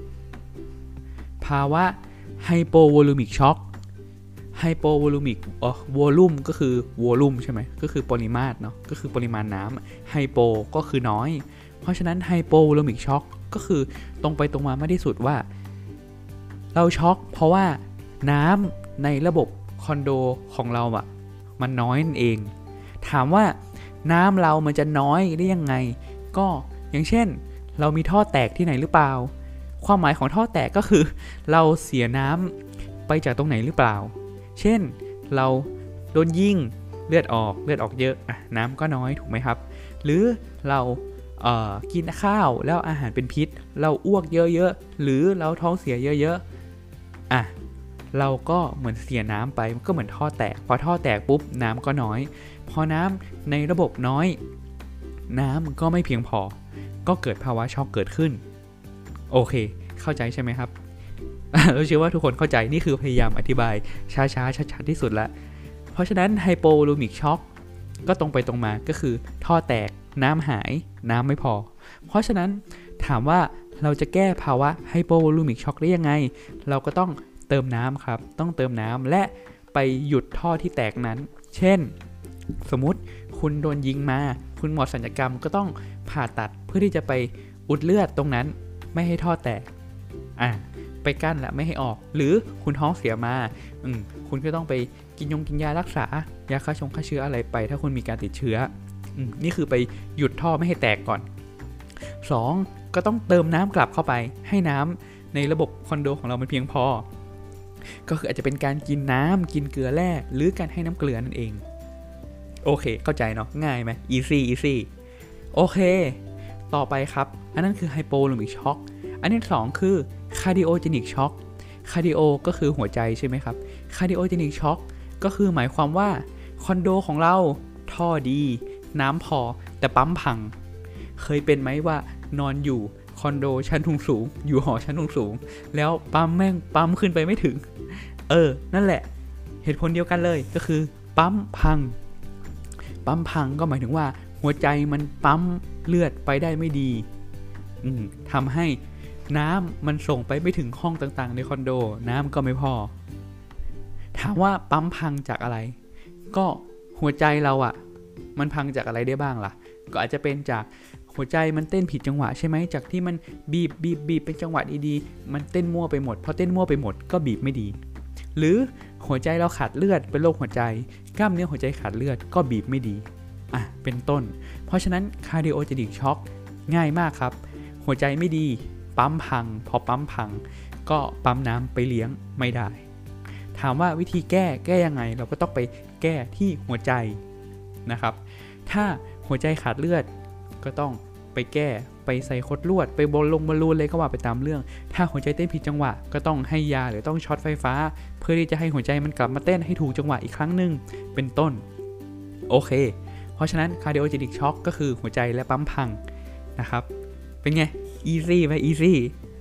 ภาวะไฮโปโวลูมิกช็อคไฮโปโวลูมิกอ๋อวอลลุ่มก็คือวอลลุ่มใช่ไหมก็คือปริมาตรเนาะก็คือปริมาณน้ำไฮโปก็คือน้อยเพราะฉะนั้นไฮโปโวลูมิกช็อคก็คือตรงไปตรงมาไม่ได้สุดว่าเราช็อกเพราะว่าน้ำในระบบคอนโดของเราอะมันน้อยนั่นเองถามว่าน้ำเรามันจะน้อยได้ยังไงก็อย่างเช่นเรามีท่อแตกที่ไหนหรือเปล่าความหมายของท่อแตกก็คือเราเสียน้ำไปจากตรงไหนหรือเปล่าเช่นเราโดนยิงเลือดออกเลือดออกเยอะอะน้ำก็น้อยถูกไหมครับหรือเราเอ่อกินข้าวแล้วอาหารเป็นพิษเราอ้วกเยอะๆหรือเราท้องเสียเยอะๆอ่ะเราก็เหมือนเสียน้ำไปมันก็เหมือนท่อแตกพอท่อแตกปุ๊บน้ำก็น้อยพอน้ำในระบบน้อยน้ำก็ไม่เพียงพอก็เกิดภาวะช็อกเกิดขึ้นโอเคเข้าใจใช่ไหมครับ เราเชื่อว่าทุกคนเข้าใจนี่คือพยายามอธิบายช้าๆชัดๆที่สุดแล้วเพราะฉะนั้นไฮโปโวลูมิกช็อกก็ตรงไปตรงมาก็คือท่อแตกน้ำหายน้ำไม่พอเพราะฉะนั้นถามว่าเราจะแก้ภาวะไฮโปโวลูมิกช็อกได้ยังไงเราก็ต้องเติมน้ำครับต้องเติมน้ำและไปหยุดท่อที่แตกนั้นเช่นสมมุติคุณโดนยิงมาคุณหมอศัลยกรรมก็ต้องผ่าตัดเพื่อที่จะไปอุดเลือดตรงนั้นไม่ให้ท่อแตกอ่ะไปกั้นและไม่ให้ออกหรือคุณท้องเสียมาอืมคุณก็ต้องไปกินยงกินยารักษายาฆ่าชงฆ่าเชื้ออะไรไปถ้าคุณมีการติดเชื้ออืมนี่คือไปหยุดท่อไม่ให้แตกก่อนสองก็ต้องเติมน้ำกลับเข้าไปให้น้ำในระบบคอนโดของเรามันเพียงพอก็คืออาจจะเป็นการกินน้ำกินเกลือแร่หรือการให้น้ำเกลือนั่นเองโอเคเข้าใจเนาะง่ายไหม easy easy โอเคต่อไปครับอันนั้นคือไฮโปโวลูมิกช็อคอันที่สองคือคาร์ดิโอเจนิกช็อคคาร์ดิโอก็คือหัวใจใช่ไหมครับคาร์ดิโอเจนิกช็อคก็คือหมายความว่าคอนโดของเราท่อดีน้ำพอแต่ปั๊มพังเคยเป็นไหมว่านอนอยู่คอนโดชั้นสูงๆอยู่หอชั้นสูงๆแล้วปั๊มแม่งปั๊มขึ้นไปไม่ถึงเออนั่นแหละเหตุผลเดียวกันเลยก็คือปั๊มพังปั๊มพังก็หมายถึงว่าหัวใจมันปั๊มเลือดไปได้ไม่ดีทำให้น้ำมันส่งไปไม่ถึงห้องต่างๆในคอนโดน้ำก็ไม่พอถามว่าปั๊มพังจากอะไรก็หัวใจเราอะมันพังจากอะไรได้บ้างล่ะก็อาจจะเป็นจากหัวใจมันเต้นผิดจังหวะใช่ไหมจากที่มันบีบบีบบีบเป็นจังหวะดีๆมันเต้นมั่วไปหมดพอเต้นมั่วไปหมดก็บีบไม่ดีหรือหัวใจเราขาดเลือดเป็นโรคหัวใจกล้ามเนื้อหัวใจขาดเลือดก็บีบไม่ดีอ่ะเป็นต้นเพราะฉะนั้นคาร์ดิโอเจนิกช็อคง่ายมากครับหัวใจไม่ดีปั๊มพังพอปั๊มพังก็ปั๊มน้ำไปเลี้ยงไม่ได้ถามว่าวิธีแก้แก้ยังไงเราก็ต้องไปแก้ที่หัวใจนะครับถ้าหัวใจขาดเลือดก็ต้องไปแก้ไปใส่คดลวดไปบอลลงบอลลูนเลยก็ว่าไปตามเรื่องถ้าหัวใจเต้นผิดจังหวะก็ต้องให้ยาหรือต้องช็อตไฟฟ้าเพื่อที่จะให้หัวใจมันกลับมาเต้นให้ถูกจังหวะอีกครั้งหนึ่งเป็นต้นโอเคเพราะฉะนั้นคาร์ดิโอเจนิกช็อคก็คือหัวใจและปั๊มพังนะครับเป็นไง easy ไหม easy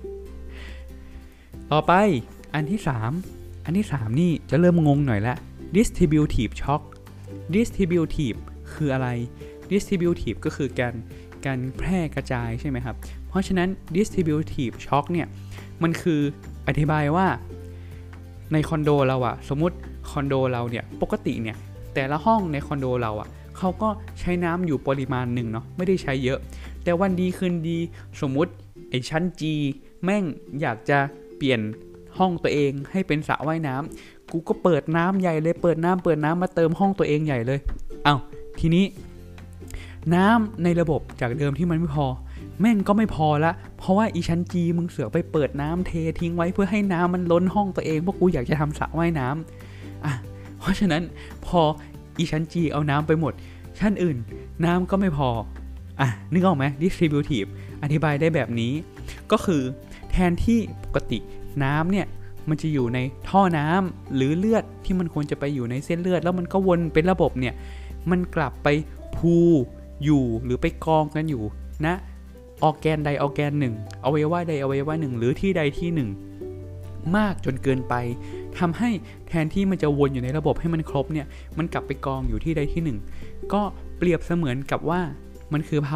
ต่อไปอันที่สามอันที่สามนี่จะเริ่มงงหน่อยละ distributive shock distributive คืออะไร distributive ก็คือการการแพร่กระจายใช่ไหมครับเพราะฉะนั้น distributive shock เนี่ยมันคืออธิบายว่าในคอนโดเราอะสมมุติคอนโดเราเนี่ยปกติเนี่ยแต่ละห้องในคอนโดเราอะเขาก็ใช้น้ำอยู่ปริมาณหนึ่งเนาะไม่ได้ใช้เยอะแต่วันดีคืนดีสมมุติไอ้ชั้น G แม่งอยากจะเปลี่ยนห้องตัวเองให้เป็นสระว่ายน้ำกูก็เปิดน้ำใหญ่เลยเปิดน้ำเปิดน้ำมาเติมห้องตัวเองใหญ่เลยอ้าวทีนี้น้ำในระบบจากเดิมที่มันไม่พอแม่งก็ไม่พอละเพราะว่าอีชั้น G มึงเสือกไปเปิดน้ำเททิ้งไว้เพื่อให้น้ำมันล้นห้องตัวเองเพราะกูอยากจะทำสระว่ายน้ำอ่ะเพราะฉะนั้นพออีชั้น G เอาน้ำไปหมดชั้นอื่นน้ำก็ไม่พออ่ะนึกออกไหม distributive อธิบายได้แบบนี้ก็คือแทนที่ปกติน้ำเนี่ยมันจะอยู่ในท่อน้ำหรือเลือดที่มันควรจะไปอยู่ในเส้นเลือดแล้วมันก็วนเป็นระบบเนี่ยมันกลับไปพูอยู่หรือไปกองกันอยู่นะออร์แกนใดออร์แกนหนึ่งอวัยวะใดอวัยวะหนึ่งหรือที่ใดที่หนึ่งมากจนเกินไปทำให้แทนที่มันจะวนอยู่ในระบบให้มันครบเนี่ยมันกลับไปกองอยู่ที่ใดที่หนึ่งก็เปรียบเสมือนกับว่ามันคือภาวะ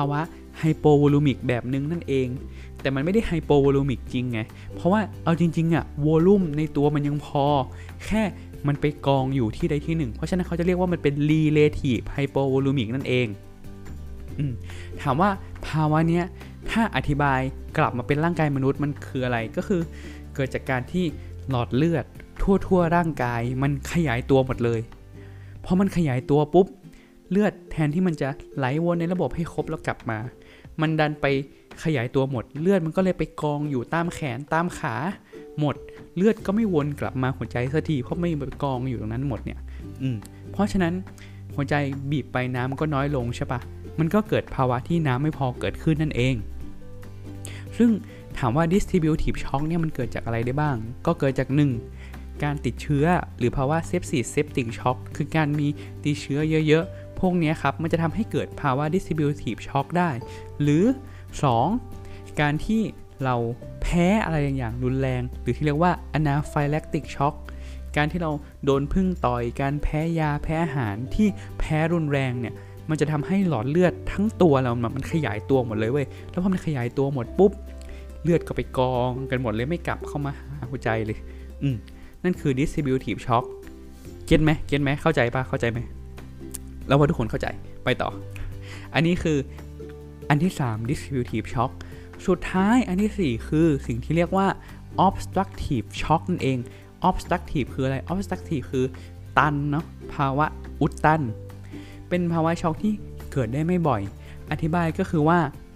ไฮโปโวลูมิกแบบนึงนั่นเองแต่มันไม่ได้ไฮโปโวลูมิกจริงไงเพราะว่าเอาจริงๆอะโวลูมในตัวมันยังพอแค่มันไปกองอยู่ที่ใดที่หนึ่งเพราะฉะนั้นเขาจะเรียกว่ามันเป็น relative hypovolumic นั่นเองอืมถามว่าภาวะเนี้ยถ้าอธิบายกลับมาเป็นร่างกายมนุษย์มันคืออะไรก็คือเกิดจากการที่หลอดเลือดทั่วๆร่างกายมันขยายตัวหมดเลยพอมันขยายตัวปุ๊บเลือดแทนที่มันจะไหลวนในระบบให้ครบแล้วกลับมามันดันไปขยายตัวหมดเลือดมันก็เลยไปกองอยู่ตามแขนตามขาหมดเลือดก็ไม่วนกลับมาหัวใจสักทีเพราะไม่ไปกองอยู่ตรงนั้นหมดเนี่ยอืมเพราะฉะนั้นหัวใจบีบไปน้ำก็น้อยลงใช่ปะมันก็เกิดภาวะที่น้ำไม่พอเกิดขึ้นนั่นเองซึ่งถามว่า distributive shock เนี่ยมันเกิดจากอะไรได้บ้างก็เกิดจากหนึ่งการติดเชื้อหรือภาวะ sepsis septic shock คือการมีติดเชื้อเยอะๆพวกนี้ครับมันจะทำให้เกิดภาวะ distributive shock ได้หรือสองการที่เราแพ้อะไรอย่างรุนแรงหรือที่เรียกว่า anaphylactic shock การที่เราโดนผึ้งต่อยการแพ้ยาแพ้อาหารที่แพ้รุนแรงเนี่ยมันจะทำให้หลอดเลือดทั้งตัวเรามันขยายตัวหมดเลยเว้ยแล้วพอมันขยายตัวหมดปุ๊บเลือดก็ไปกองกันหมดเลยไม่กลับเข้ามาหาหัวใจเลยอืมนั่นคือ distributive shock เก็ทไหมเก็ทไหมเข้าใจป่ะเข้าใจไหมแล้วว่าทุกคนเข้าใจไปต่ออันนี้คืออันที่สาม distributive shock สุดท้ายอันที่สี่คือสิ่งที่เรียกว่า obstructive shock นั่นเอง obstructive คืออะไร obstructive คือตันเนาะภาวะอุดตันเป็นภาวะช็อกที่เกิดได้ไม่บ่อยอธิบายก็คือว่า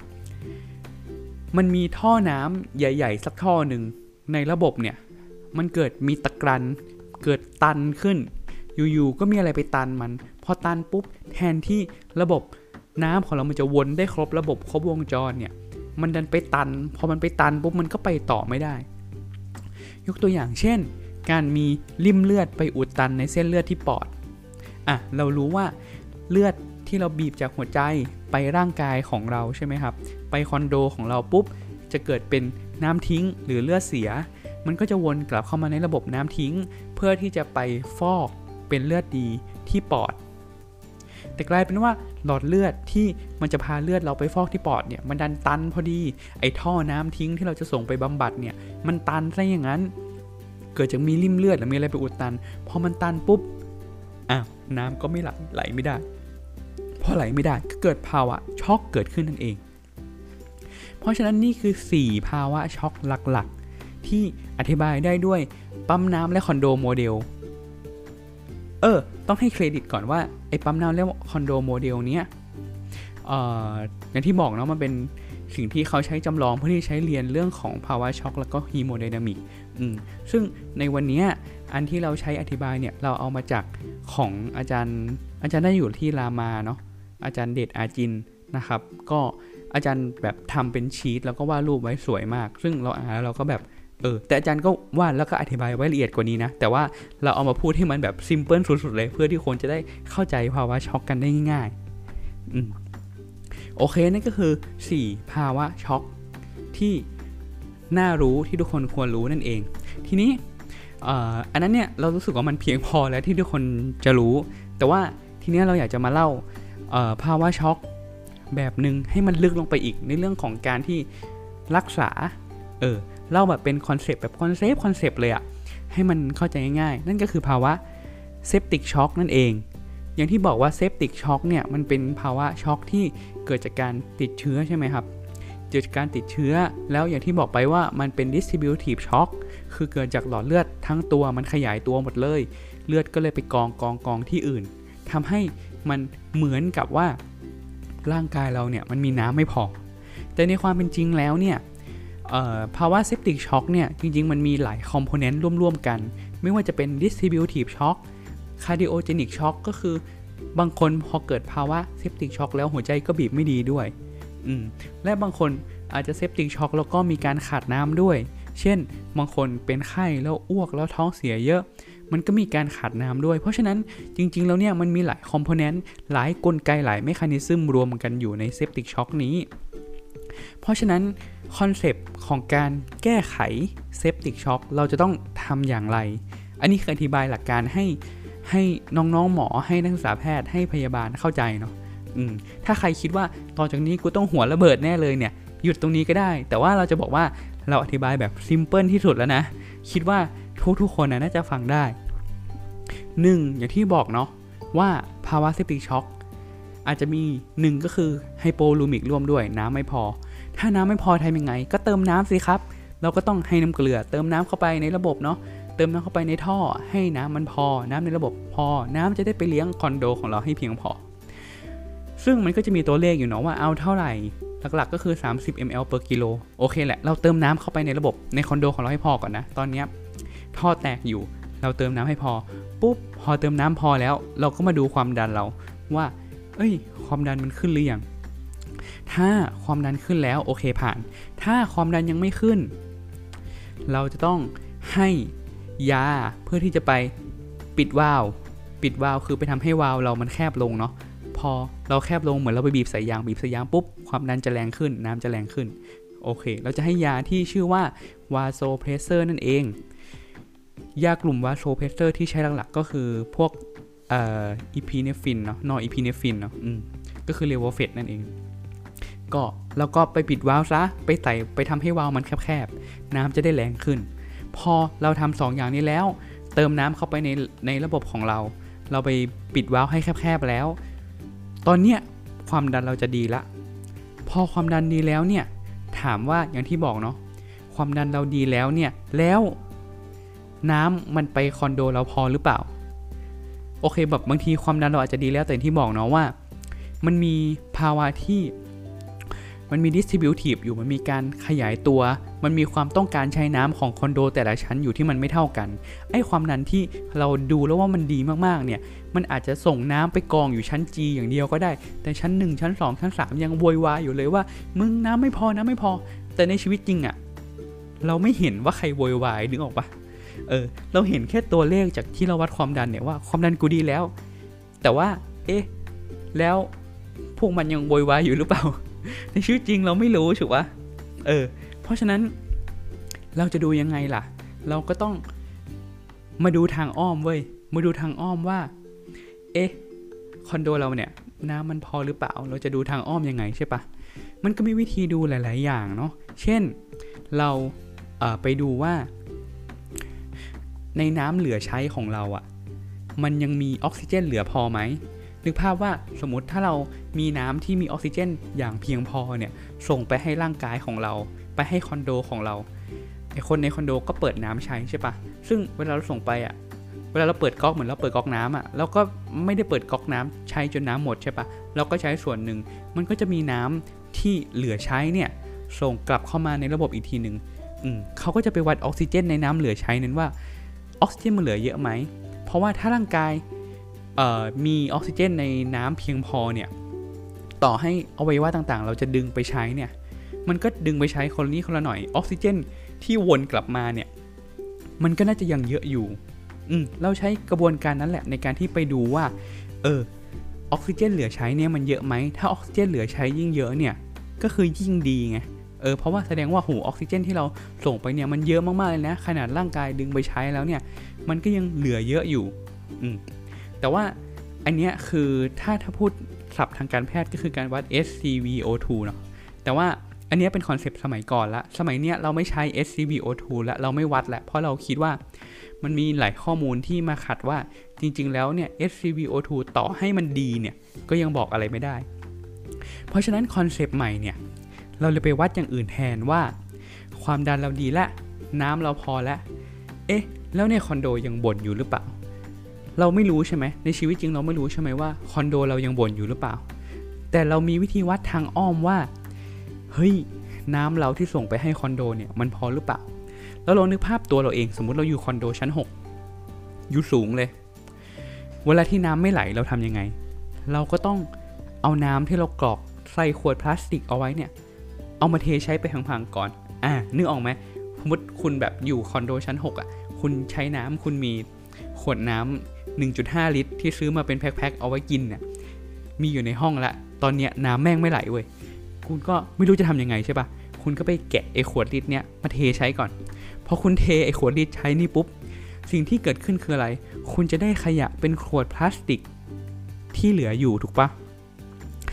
มันมีท่อน้ำใหญ่ๆสักท่อหนึ่งในระบบเนี่ยมันเกิดมีตะกรันเกิดตันขึ้นอยู่ๆก็มีอะไรไปตันมันพอตันปุ๊บแทนที่ระบบน้ำของเรามันจะวนได้ครบระบบครบวงจรเนี่ยมันดันไปตันพอมันไปตันปุ๊บมันก็ไปต่อไม่ได้ยกตัวอย่างเช่นการมีริ่มเลือดไปอุดตันในเส้นเลือดที่ปอดอ่ะเรารู้ว่าเลือดที่เราบีบจากหัวใจไปร่างกายของเราใช่ไหมครับไปคอนโดของเราปุ๊บจะเกิดเป็นน้ำทิ้งหรือเลือดเสียมันก็จะวนกลับเข้ามาในระบบน้ำทิ้งเพื่อที่จะไปฟอกเป็นเลือดดีที่ปอดแต่กลายเป็นว่าหลอดเลือดที่มันจะพาเลือดเราไปฟอกที่ปอดเนี่ยมันดันตันพอดีไอ้ท่อน้ำทิ้งที่เราจะส่งไปบำบัดเนี่ยมันตันซะอย่างนั้นเกิดจากมีริ่มเลือดหรือมีอะไรไปอุดตันพอมันตันปุ๊บอ้าวน้ำก็ไม่ไหลไหลไม่ได้พอไหลไม่ได้ก็เกิดภาวะช็อกเกิดขึ้นนั่นเองเพราะฉะนั้นนี่คือสี่ภาวะช็อกหลักๆที่อธิบายได้ด้วยปั๊มน้ำและคอนโดโมเดลเออต้องให้เครดิตก่อนว่าไอ้ปั๊มน้ำและคอนโดโมเดลเนี้ยเอ่ออย่างที่บอกเนาะมันเป็นสิ่งที่เขาใช้จำลองเพื่อที่ใช้เรียนเรื่องของภาวะช็อกแล้วก็ฮีโมไดนามิกอืมซึ่งในวันนี้อันที่เราใช้อธิบายเนี่ยเราเอามาจากของอาจารย์อาจารย์ได้อยู่ที่รามาเนาะอาจารย์เดชอาจินนะครับก็อาจารย์แบบทำเป็นชีทแล้วก็วาดรูปไว้สวยมากซึ่งเราอ่านแล้วเราก็แบบเออแต่อาจารย์ก็วาดแล้วก็อธิบายไว้ละเอียดกว่านี้นะแต่ว่าเราเอามาพูดให้มันแบบซิมเพิลสุดๆเลยเพื่อที่คนจะได้เข้าใจภาวะช็อกกันได้ง่ายๆอืมโอเคนั่นก็คือสี่ภาวะช็อกที่น่ารู้ที่ทุกคนควรรู้นั่นเองทีนี้เอ่ออันนั้นเนี่ยเรารู้สึกว่ามันเพียงพอแล้วที่ทุกคนจะรู้แต่ว่าทีนี้เราอยากจะมาเล่าเอ่อภาวะช็อกแบบนึงให้มันลึกลงไปอีกในเรื่องของการที่รักษาเออเล่าแบบเป็นคอนเซปต์แบบคอนเซปต์คอนเซปต์เลยอะให้มันเข้าใจง่ายๆนั่นก็คือภาวะเซปติกช็อกนั่นเองอย่างที่บอกว่าเซปติกช็อกเนี่ยมันเป็นภาวะช็อกที่เกิดจากการติดเชื้อใช่ไหมครับเกิดจากการติดเชื้อแล้วอย่างที่บอกไปว่ามันเป็น distributive shock คือเกิดจากหลอดเลือดทั้งตัวมันขยายตัวหมดเลยเลือดก็เลยไปกองกองกองที่อื่นทำให้มันเหมือนกับว่าร่างกายเราเนี่ยมันมีน้ำไม่พอแต่ในความเป็นจริงแล้วเนี่ยภาวะเซปติกช็อกเนี่ยจริงๆมันมีหลายคอมโพเนนต์ร่วมๆกันไม่ว่าจะเป็น distributive shock cardiogenic shock ก็คือบางคนพอเกิดภาวะเซปติกช็อกแล้วหัวใจก็บีบไม่ดีด้วยอืมและบางคนอาจจะเซปติกช็อกแล้วก็มีการขาดน้ำด้วยเช่นบางคนเป็นไข้แล้วอ้วกแล้วท้องเสียเยอะมันก็มีการขาดน้ำด้วยเพราะฉะนั้นจริงๆแล้วเนี่ยมันมีหลายคอมโพเนนต์หลายกลไกหลายเมคานิซึมรวมกันอยู่ในเซปติกช็อกนี้เพราะฉะนั้นคอนเซปต์ของการแก้ไขเซปติกช็อกเราจะต้องทำอย่างไรอันนี้คืออธิบายหลักการให้ให้น้องๆหมอให้นักศึกษาแพทย์ให้พยาบาลเข้าใจเนาะอืมถ้าใครคิดว่าต่อจากนี้กูต้องหัวระเบิดแน่เลยเนี่ยหยุดตรงนี้ก็ได้แต่ว่าเราจะบอกว่าเราอธิบายแบบซิมเพิลที่สุดแล้วนะคิดว่าทุกๆคนน่าจะฟังได้หนึ่งอย่างที่บอกเนาะว่าภาวะเซปติกช็อกอาจจะมีหนึ่งก็คือไฮโปลูมิกร่วมด้วยน้ำไม่พอถ้าน้ำไม่พอทำยังไงก็เติมน้ำสิครับเราก็ต้องให้น้ำเกลือเติมน้ำเข้าไปในระบบเนาะเติมน้ำเข้าไปในท่อให้น้ำมันพอน้ำในระบบพอน้ำจะได้ไปเลี้ยงคอนโดของเราให้เพียงพอซึ่งมันก็จะมีตัวเลขอยู่เนาะว่าเอาเท่าไหร่หลักๆก็คือสามสิบมิลลิลิตร per กิโลโอเคแหละเราเติมน้ำเข้าไปในระบบในคอนโดของเราให้พอก่อนนะตอนนี้ท่อแตกอยู่เราเติมน้ำให้พอปุ๊บพอเติมน้ำพอแล้วเราก็มาดูความดันเราว่าเอ้ยความดันมันขึ้นหรือยังถ้าความดันขึ้นแล้วโอเคผ่านถ้าความดันยังไม่ขึ้นเราจะต้องให้ยาเพื่อที่จะไปปิดวาล์วปิดวาล์วคือไปทำให้วาล์วเรามันแคบลงเนาะพอเราแคบลงเหมือนเราไปบีบสายยางบีบสายยางปุ๊บความดันจะแรงขึ้นน้ำจะแรงขึ้นโอเคเราจะให้ยาที่ชื่อว่าวาโซเพรสเซอร์นั่นเองยากลุ่มวาโซเพรสเซอร์ที่ใช้หลักๆก็คือพวกเอ่ออีพีเนฟินเนาะนอร์อีพีเนฟินเนาะอืมก็คือเลโวเฟตนั่นเองก็แล้วก็ไปปิดวาล์วซะไปใส่ไปทำให้วาล์วมันแคบๆน้ำจะได้แรงขึ้นพอเราทำสองอย่างนี้แล้วเติมน้ำเข้าไปในในระบบของเราเราไปปิดวาล์วให้แคบๆแล้วตอนเนี้ยความดันเราจะดีละพอความดันดีแล้วเนี่ยถามว่าอย่างที่บอกเนาะความดันเราดีแล้วเนี่ยแล้วน้ำมันไปคอนโดเราพอหรือเปล่าโอเคแบบบางทีความดันเราอาจจะดีแล้วแต่ที่บอกเนาะว่ามันมีภาวะที่มันมี distributive อยู่มันมีการขยายตัวมันมีความต้องการใช้น้ำของคอนโดแต่ละชั้นอยู่ที่มันไม่เท่ากันไอ้ความดันที่เราดูแล้วว่ามันดีมากๆเนี่ยมันอาจจะส่งน้ำไปกองอยู่ชั้น G อย่างเดียวก็ได้แต่ชั้นหนึ่งชั้นสองชั้นสามยังโวยวายอยู่เลยว่ามึงน้ำไม่พอน้ำไม่พอแต่ในชีวิตจริงอะเราไม่เห็นว่าใครโวยวายนึกออกปะเออเราเห็นแค่ตัวเลขจากที่เราวัดความดันเนี่ยว่าความดันกูดีแล้วแต่ว่าเอ๊ะแล้วพวกมันยังโวยวายอยู่หรือเปล่าในชีวิตจริงเราไม่รู้ถูกปะเออเพราะฉะนั้นเราจะดูยังไงล่ะเราก็ต้องมาดูทางอ้อมเว้ยมาดูทางอ้อมว่าเอ๊ะคอนโดเราเนี่ยน้ำมันพอหรือเปล่าเราจะดูทางอ้อมยังไงใช่ปะมันก็มีวิธีดูหลายๆอย่างเนาะเช่นเราเอ่อไปดูว่าในน้ำเหลือใช้ของเราอ่ะมันยังมีออกซิเจนเหลือพอไหมนึกภาพว่าสมมติถ้าเรามีน้ำที่มีออกซิเจนอย่างเพียงพอเนี่ยส่งไปให้ร่างกายของเราไปให้คอนโดของเราไอคนในคอนโดก็เปิดน้ำใช้ใช่ปะซึ่งเวลาเราส่งไปอ่ะเวลาเราเปิดก๊อกเหมือนเราเปิดก๊อกน้ำอ่ะแล้วก็ไม่ได้เปิดก๊อกน้ำใช้จนน้ำหมดใช่ปะเราก็ใช้ส่วนหนึ่งมันก็จะมีน้ำที่เหลือใช้เนี่ยส่งกลับเข้ามาในระบบอีกทีหนึ่งอืมเขาก็จะไปวัดออกซิเจนในน้ำเหลือใช้นั้นว่าออกซิเจนมันเหลือเยอะไหมเพราะว่าถ้าร่างกายมีออกซิเจนในน้ำเพียงพอเนี่ยต่อให้อวัยวะต่างๆเราจะดึงไปใช้เนี่ยมันก็ดึงไปใช้คนละนิดคนละหน่อยออกซิเจนที่วนกลับมาเนี่ยมันก็น่าจะยังเยอะอยู่อืมเราใช้กระบวนการนั้นแหละในการที่ไปดูว่าเออออกซิเจนเหลือใช้เนี่ยมันเยอะไหมถ้าออกซิเจนเหลือใช้ยิ่งเยอะเนี่ยก็คือยิ่งดีไงเออเพราะว่าแสดงว่าหูออกซิเจนที่เราส่งไปเนี่ยมันเยอะมากๆเลยนะขนาดร่างกายดึงไปใช้แล้วเนี่ยมันก็ยังเหลือเยอะอยู่อืมแต่ว่าอันเนี้ยคือถ้าถ้าพูดศัพท์ทางการแพทย์ก็คือการวัด เอส ซี วี โอ ทู เนาะแต่ว่าอันนี้เป็นคอนเซปต์สมัยก่อนละสมัยเนี้ยเราไม่ใช้ เอส ซี วี โอ ทู แล้วเราไม่วัดแล้วเพราะเราคิดว่ามันมีหลายข้อมูลที่มาขัดว่าจริงๆแล้วเนี่ย เอส ซี วี โอ ทู ต่อให้มันดีเนี่ยก็ยังบอกอะไรไม่ได้เพราะฉะนั้นคอนเซปต์ใหม่เนี่ยเราเลยไปวัดอย่างอื่นแทนว่าความดันเราดีละน้ำเราพอแล้วเอ๊ะแล้วในคอนโดยังบ่นอยู่หรือเปล่าเราไม่รู้ใช่ไหมในชีวิตจริงเราไม่รู้ใช่ไหมว่าคอนโดเรายังบ่นอยู่หรือเปล่าแต่เรามีวิธีวัดทางอ้อมว่าเฮ้ยน้ำเราที่ส่งไปให้คอนโดเนี่ยมันพอหรือเปล่าแล้วลองนึกภาพตัวเราเองสมมุติเราอยู่คอนโดชั้นหกอยู่สูงเลยเวลาที่น้ำไม่ไหลเราทำยังไงเราก็ต้องเอาน้ำที่เรากรอกใส่ขวดพลาสติกเอาไว้เนี่ยเอามาเทใช้ไปพังๆก่อนอ่านึกออกไหมสมมติคุณแบบอยู่คอนโดชั้นหกอ่ะคุณใช้น้ำคุณมีขวดน้ำ หนึ่งจุดห้า ลิตรที่ซื้อมาเป็นแพ็คๆเอาไว้กินเนี่ยมีอยู่ในห้องละตอนเนี้ยน้ำแม่งไม่ไหลเว้ยคุณก็ไม่รู้จะทำยังไงใช่ปะคุณก็ไปแกะไอ้ขวดลิตรเนี้ยมาเทใช้ก่อนพอคุณเทไอ้ขวดลิตรใช้นี่ปุ๊บสิ่งที่เกิดขึ้นคืออะไรคุณจะได้ขยะเป็นขวดพลาสติกที่เหลืออยู่ถูกปะ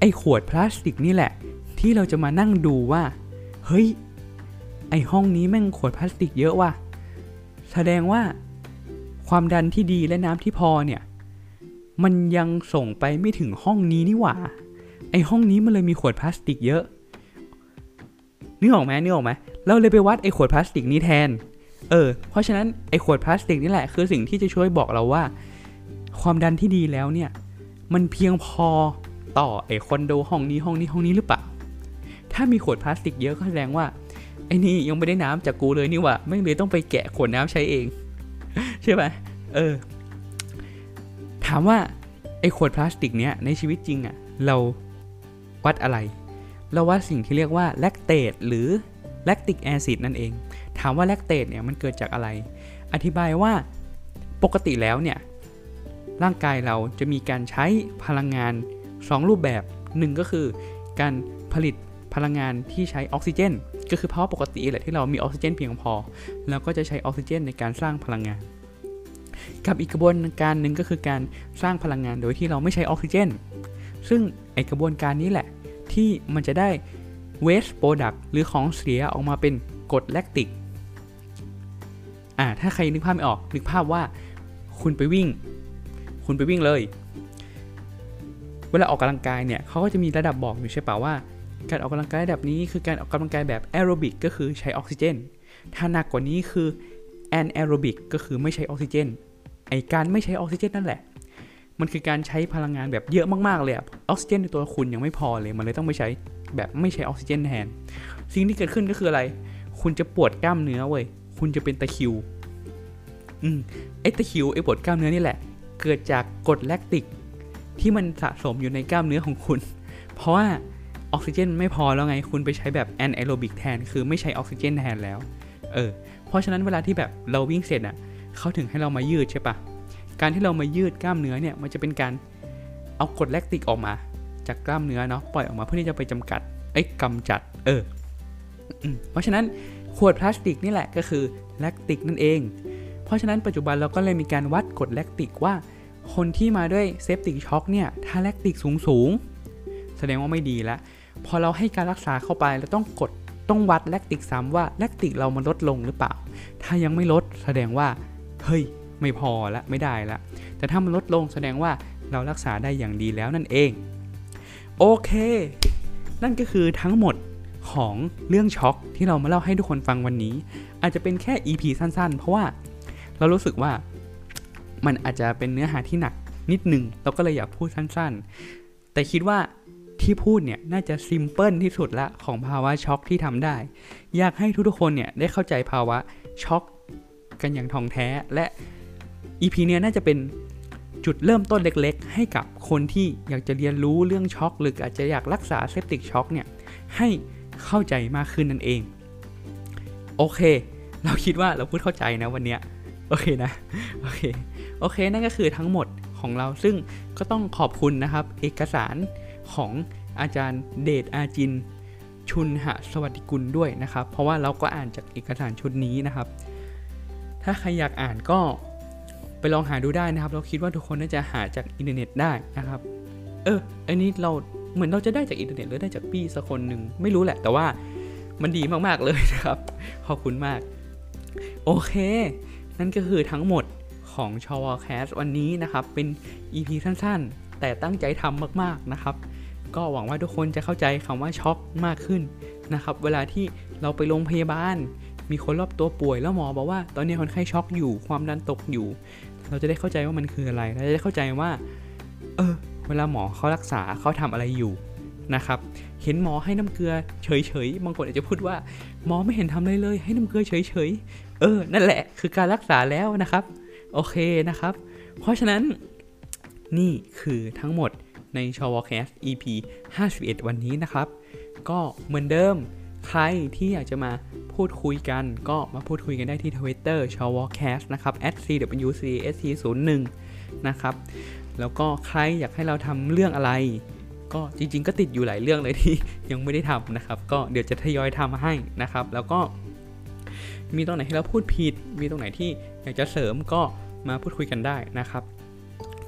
ไอ้ขวดพลาสติกนี่แหละที่เราจะมานั่งดูว่าเฮ้ยไอ้ห้องนี้แม่งขวดพลาสติกเยอะว่ะแสดงว่าความดันที่ดีและน้ำที่พอเนี่ยมันยังส่งไปไม่ถึงห้องนี้นี่หว่าไอ้ห้องนี้มันเลยมีขวดพลาสติกเยอะนึกออกไหมนึกออกไหมเราเลยไปวัดไอ้ขวดพลาสติกนี้แทนเออเพราะฉะนั้นไอ้ขวดพลาสติกนี่แหละคือสิ่งที่จะช่วยบอกเราว่าความดันที่ดีแล้วเนี่ยมันเพียงพอต่อไอ้คอนโดห้องนี้ห้องนี้ห้องนี้หรือเปล่าถ้ามีขวดพลาสติกเยอะก็แสดงว่าไอ้นี่ยังไม่ได้น้ำจากกูเลยนี่หว่าไม่เลยต้องไปแกะขวดน้ำใช้เองใช่ไหมเออถามว่าไอ้ขวดพลาสติกเนี้ยในชีวิตจริงอ่ะเราวัดอะไรเราวัดสิ่งที่เรียกว่าแลคเตตหรือแลคติกแอซิดนั่นเองถามว่าแลคเตตเนี่ยมันเกิดจากอะไรอธิบายว่าปกติแล้วเนี่ยร่างกายเราจะมีการใช้พลังงานสองรูปแบบหนึ่งก็คือการผลิตพลังงานที่ใช้ออกซิเจนก็คือภาวะปกติแหละที่เรามีออกซิเจนเพียงพอแล้วก็จะใช้ออกซิเจนในการสร้างพลังงานกับอีกกระบวนการหนึ่งก็คือการสร้างพลังงานโดยที่เราไม่ใช้ออกซิเจนซึ่งไอกระบวนการนี้แหละที่มันจะได้ waste product หรือของเสียออกมาเป็นกรดแลคติกอ่าถ้าใครนึกภาพไม่ออกนึกภาพว่าคุณไปวิ่งคุณไปวิ่งเลยเวลาออกกำลังกายเนี่ยเขาก็จะมีระดับบอกอยู่ใช่ป่ะว่าการออกกำลังกายระดับนี้คือการออกกำลังกายแบบแอโรบิกก็คือใช้ออกซิเจนถ้าหนักกว่านี้คือแอนแอโรบิกก็คือไม่ใช้ออกซิเจนไอการไม่ใช้ออกซิเจนนั่นแหละมันคือการใช้พลังงานแบบเยอะมากๆเลยออกซิเจนในตัวคุณยังไม่พอเลยมันเลยต้องไปใช้แบบไม่ใช้ออกซิเจนแทนสิ่งที่เกิดขึ้นก็คืออะไรคุณจะปวดกล้ามเนื้อเว้ยคุณจะเป็นตะคริวอืมไอตะคริวไอปวดกล้ามเนื้อนี่แหละเกิดจากกรดแลคติกที่มันสะสมอยู่ในกล้ามเนื้อของคุณเพราะว่าออกซิเจนไม่พอแล้วไงคุณไปใช้แบบแอนแอโรบิกแทนคือไม่ใช้ออกซิเจนแทนแล้วเออเพราะฉะนั้นเวลาที่แบบเราวิ่งเสร็จอ่ะเขาถึงให้เรามายืดใช่ปะการที่เรามายืดกล้ามเนื้อเนี่ยมันจะเป็นการเอากรดแลคติกออกมาจากกล้ามเนื้อเนาะปล่อยออกมาเพื่อที่จะไปจำกัดไอ้กำจัดเออเพราะฉะนั้นขวดพลาสติกนี่แหละก็คือแลคติกนั่นเองเพราะฉะนั้นปัจจุบันเราก็เลยมีการวัดกรดแลคติกว่าคนที่มาด้วยเซปติกช็อกเนี่ยถ้าแลคติกสูงสูงแสดงว่าไม่ดีแล้วพอเราให้การรักษาเข้าไปเราต้องกดต้องวัดแลคติกซ้ำว่าแลคติกเรามันลดลงหรือเปล่าถ้ายังไม่ลดแสดงว่าเฮ้ยไม่พอละไม่ได้ละแต่ถ้ามันลดลงแสดงว่าเรารักษาได้อย่างดีแล้วนั่นเองโอเคนั่นก็คือทั้งหมดของเรื่องช็อกที่เรามาเล่าให้ทุกคนฟังวันนี้อาจจะเป็นแค่ อี พี สั้นๆเพราะว่าเรารู้สึกว่ามันอาจจะเป็นเนื้อหาที่หนักนิดนึงเราก็เลยอยากพูดสั้นๆแต่คิดว่าที่พูดเนี่ยน่าจะซิมเพิลที่สุดละของภาวะช็อกที่ทำได้อยากให้ทุกๆคนเนี่ยได้เข้าใจภาวะช็อกกันอย่างท่องแท้และ อี พี เนี่ยน่าจะเป็นจุดเริ่มต้นเล็กๆให้กับคนที่อยากจะเรียนรู้เรื่องช็อกหรืออาจจะอยากรักษาเซปติกช็อกเนี่ยให้เข้าใจมากขึ้นนั่นเองโอเคเราคิดว่าเราพูดเข้าใจนะวันเนี้ยโอเคนะโอเคโอเคนั่นก็คือทั้งหมดของเราซึ่งก็ต้องขอบคุณนะครับเอกสารของอาจารย์เดชอาจินชุนหสวัสดิกุลด้วยนะครับเพราะว่าเราก็อ่านจากเอกสารชุดนี้นะครับถ้าใครอยากอ่านก็ไปลองหาดูได้นะครับเราคิดว่าทุกคนน่าจะหาจากอินเทอร์เน็ตได้นะครับเอออันนี้เราเหมือนเราจะได้จากอินเทอร์เน็ตหรือได้จากพี่สักคนหนึ่งไม่รู้แหละแต่ว่ามันดีมากๆเลยนะครับขอบคุณมากโอเคนั่นก็คือทั้งหมดของ ชว แคส วันนี้นะครับเป็น อี พี สั้นๆแต่ตั้งใจทำมากๆนะครับก็หวังว่าทุกคนจะเข้าใจคำว่าช็อกมากขึ้นนะครับเวลาที่เราไปโรงพยาบาลมีคนรอบตัวป่วยแล้วหมอบอกว่าตอนนี้คนไข้ช็อกอยู่ความดันตกอยู่เราจะได้เข้าใจว่ามันคืออะไรเราจะได้เข้าใจว่าเออเวลาหมอเขารักษาเขาทำอะไรอยู่นะครับเห็นหมอให้น้ำเกลือเฉยๆบางคนอาจจะพูดว่าหมอไม่เห็นทำอะไรเลยให้น้ำเกลือเฉยๆเออนั่นแหละคือการรักษาแล้วนะครับโอเคนะครับเพราะฉะนั้นนี่คือทั้งหมดใน ชว แคส อี พี ห้าสิบเอ็ด วันนี้นะครับก็เหมือนเดิมใครที่อยากจะมาพูดคุยกันก็มาพูดคุยกันได้ที่ Twitter ชว แคส นะครับ แอท ซี ดับเบิลยู ซี เอส ที ศูนย์หนึ่ง นะครับแล้วก็ใครอยากให้เราทำเรื่องอะไรก็จริงๆก็ติดอยู่หลายเรื่องเลยที่ยังไม่ได้ทำนะครับก็เดี๋ยวจะทยอยทำให้นะครับแล้วก็มีตรงไหนที่เราพูดผิดมีตรงไหนที่อยากจะเสริมก็มาพูดคุยกันได้นะครับ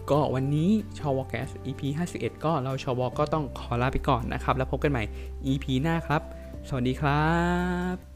ก็วันนี้ชวแคส อี พี ห้าสิบเอ็ดก็เราชวก็ต้องขอลาไปก่อนนะครับแล้วพบกันใหม่ อี พี หน้าครับสวัสดีครับ